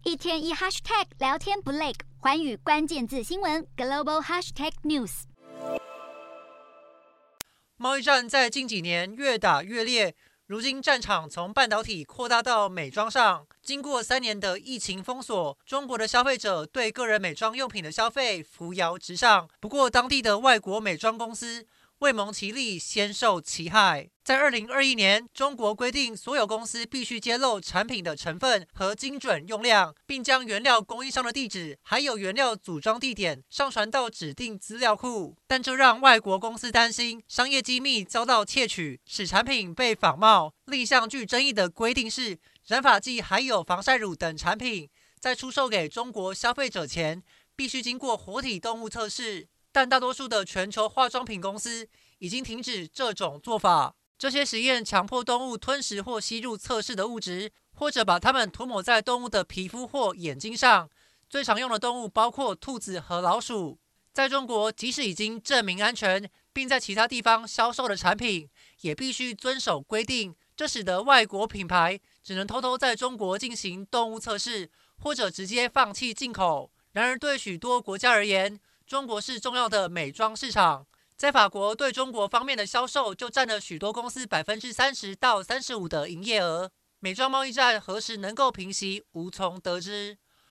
一天一 hashtag 聊天不累，寰宇关键字新闻 global hashtag news。 贸易战在近几年越打越烈，如今战场从半导体扩大到美妆上。经过3年的疫情封锁，中国的消费者对个人美妆用品的消费扶摇直上。不过，当地的外国美妆公司未蒙其利，先受其害。在2021年，中国规定所有公司必须揭露产品的成分和精准用量，并将原料供应商的地址还有原料组装地点上传到指定资料库。但这让外国公司担心商业机密遭到窃取，使产品被仿冒。另一项具争议的规定是，染发剂还有防晒乳等产品在出售给中国消费者前，必须经过活体动物测试。但大多数的全球化妆品公司已经停止这种做法。这些实验强迫动物吞食或吸入测试的物质，或者把它们涂抹在动物的皮肤或眼睛上。最常用的动物包括兔子和老鼠。在中国，即使已经证明安全，并在其他地方销售的产品，也必须遵守规定。这使得外国品牌只能偷偷在中国进行动物测试，或者直接放弃进口。然而，对许多国家而言，中国是重要的美妆市场。在法国，对中国方面的销售就占了许多公司30%到35%的营业额。美妆贸易战何时能够平息，无从得知。